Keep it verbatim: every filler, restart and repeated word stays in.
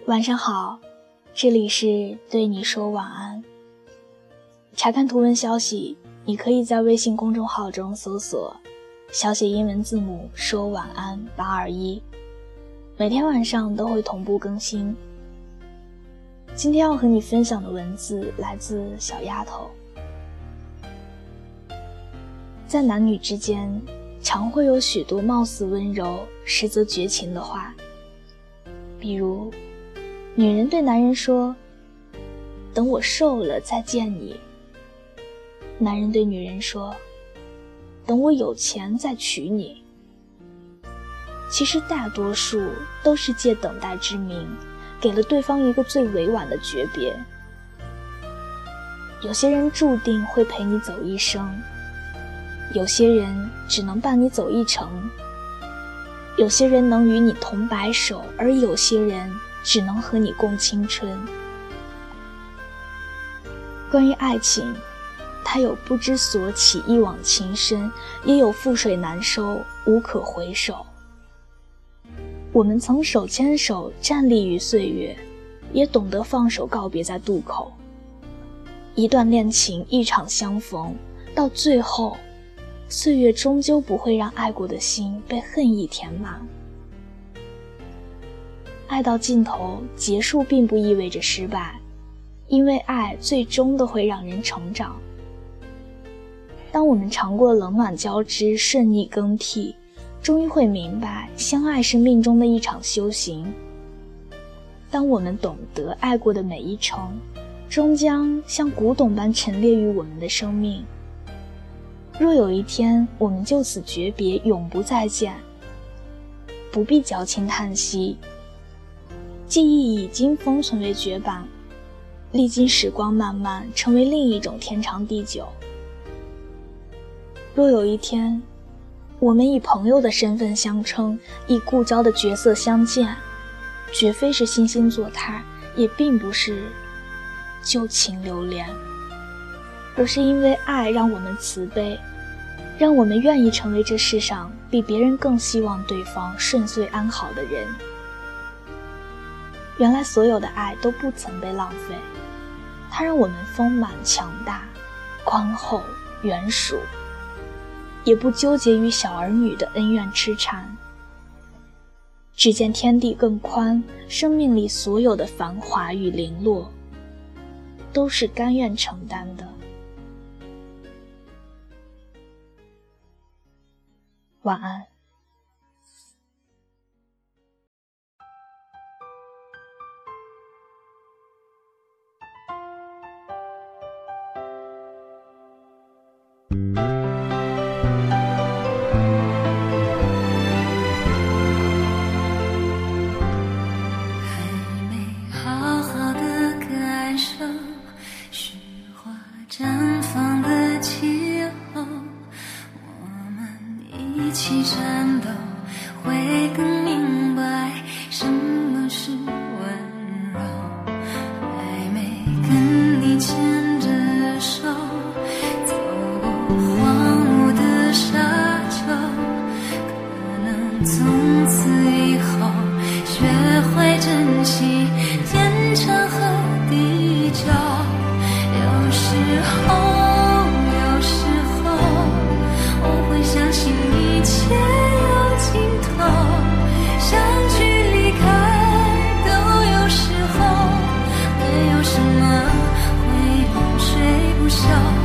晚上好，这里是对你说晚安。查看图文消息，你可以在微信公众号中搜索小写英文字母说晚安八二一，每天晚上都会同步更新。今天要和你分享的文字来自小丫头。在男女之间，常会有许多貌似温柔实则绝情的话，比如女人对男人说，等我瘦了再见你。男人对女人说，等我有钱再娶你。其实大多数都是借等待之名，给了对方一个最委婉的诀别。有些人注定会陪你走一生，有些人只能伴你走一程，有些人能与你同白首，而有些人只能和你共青春。关于爱情，它有不知所起一往情深，也有覆水难收无可回首。我们曾手牵手站立于岁月，也懂得放手告别在渡口。一段恋情，一场相逢，到最后岁月终究不会让爱过的心被恨意填满。爱到尽头，结束并不意味着失败，因为爱最终都会让人成长。当我们尝过冷暖交织，顺逆更替，终于会明白，相爱是命中的一场修行。当我们懂得爱过的每一程，终将像古董般陈列于我们的生命。若有一天我们就此诀别，永不再见，不必矫情叹息，记忆已经封存为绝版，历经时光漫漫，成为另一种天长地久。若有一天我们以朋友的身份相称，以故交的角色相见，绝非是惺惺作态，也并不是旧情流连，而是因为爱让我们慈悲，让我们愿意成为这世上比别人更希望对方顺遂安好的人。原来所有的爱都不曾被浪费，它让我们丰满强大，宽厚圆熟，也不纠结于小儿女的恩怨痴缠。只见天地更宽，生命里所有的繁华与零落，都是甘愿承担的。晚安。 一起战斗，会更明白什么是温柔。还没跟你牵着手，走过荒芜的沙丘，可能从此以后学会珍惜天长和地久。有时候有时候我会相信一切有尽头，相聚离开都有时候，没有什么会永垂不朽。